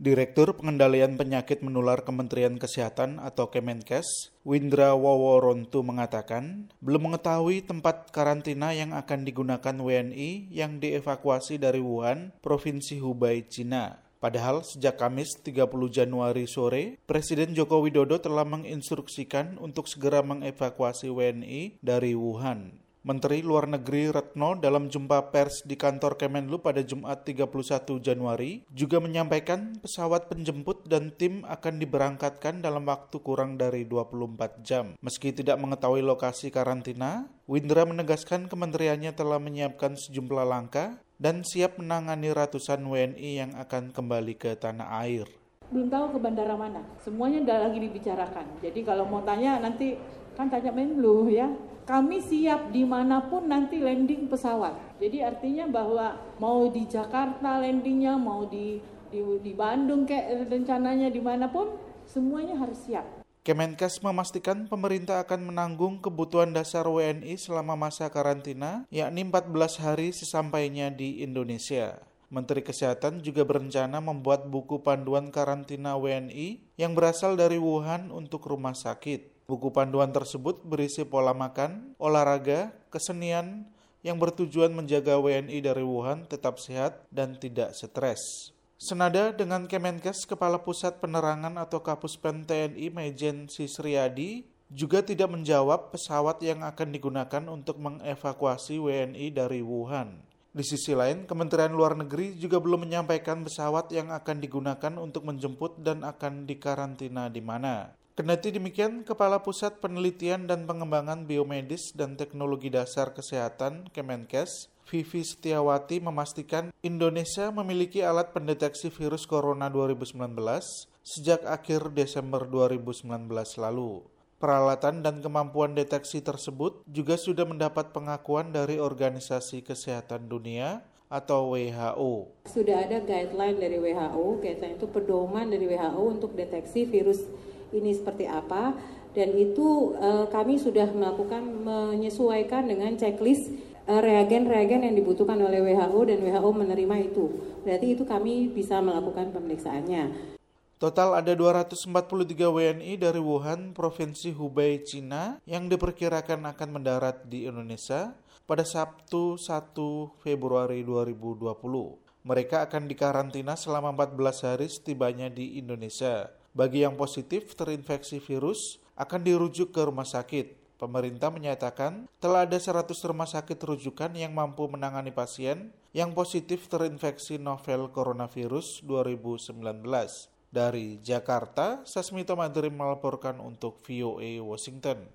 Direktur Pengendalian Penyakit Menular Kementerian Kesehatan atau Kemenkes, Windra Woworontu mengatakan, belum mengetahui tempat karantina yang akan digunakan WNI yang dievakuasi dari Wuhan, Provinsi Hubei, Cina. Padahal sejak Kamis 30 Januari sore, Presiden Joko Widodo telah menginstruksikan untuk segera mengevakuasi WNI dari Wuhan. Menteri Luar Negeri Retno dalam jumpa pers di kantor Kemenlu pada Jumat 31 Januari juga menyampaikan pesawat penjemput dan tim akan diberangkatkan dalam waktu kurang dari 24 jam. Meski tidak mengetahui lokasi karantina, Windra menegaskan kementeriannya telah menyiapkan sejumlah langkah dan siap menangani ratusan WNI yang akan kembali ke tanah air. Belum tahu ke bandara mana, semuanya udah lagi dibicarakan. Jadi kalau mau tanya nanti kan tanya Menlu ya. Kami siap dimanapun nanti landing pesawat. Jadi artinya bahwa mau di Jakarta landingnya, mau di Bandung kayak rencananya dimanapun, semuanya harus siap. Kemenkes memastikan pemerintah akan menanggung kebutuhan dasar WNI selama masa karantina, yakni 14 hari sesampainya di Indonesia. Menteri Kesehatan juga berencana membuat buku panduan karantina WNI yang berasal dari Wuhan untuk rumah sakit. Buku panduan tersebut berisi pola makan, olahraga, kesenian yang bertujuan menjaga WNI dari Wuhan tetap sehat dan tidak stres. Senada dengan Kemenkes, Kepala Pusat Penerangan atau Kapuspen TNI Majen Sisriyadi juga tidak menjawab pesawat yang akan digunakan untuk mengevakuasi WNI dari Wuhan. Di sisi lain, Kementerian Luar Negeri juga belum menyampaikan pesawat yang akan digunakan untuk menjemput dan akan dikarantina di mana. Kendati demikian, Kepala Pusat Penelitian dan Pengembangan Biomedis dan Teknologi Dasar Kesehatan Kemenkes, Vivi Setiawati memastikan Indonesia memiliki alat pendeteksi virus corona 2019 sejak akhir Desember 2019 lalu. Peralatan dan kemampuan deteksi tersebut juga sudah mendapat pengakuan dari Organisasi Kesehatan Dunia atau WHO. Sudah ada guideline dari WHO, guideline itu pedoman dari WHO untuk deteksi virus ini seperti apa, dan itu kami sudah menyesuaikan dengan checklist reagen-reagen yang dibutuhkan oleh WHO dan WHO menerima itu. Berarti itu kami bisa melakukan pemeriksaannya. Total ada 243 WNI dari Wuhan, Provinsi Hubei, Cina yang diperkirakan akan mendarat di Indonesia pada Sabtu 1 Februari 2020. Mereka akan dikarantina selama 14 hari setibanya di Indonesia. Bagi yang positif terinfeksi virus akan dirujuk ke rumah sakit. Pemerintah menyatakan telah ada 100 rumah sakit rujukan yang mampu menangani pasien yang positif terinfeksi novel coronavirus 2019. Dari Jakarta, Sasmito Madrim melaporkan untuk VOA Washington.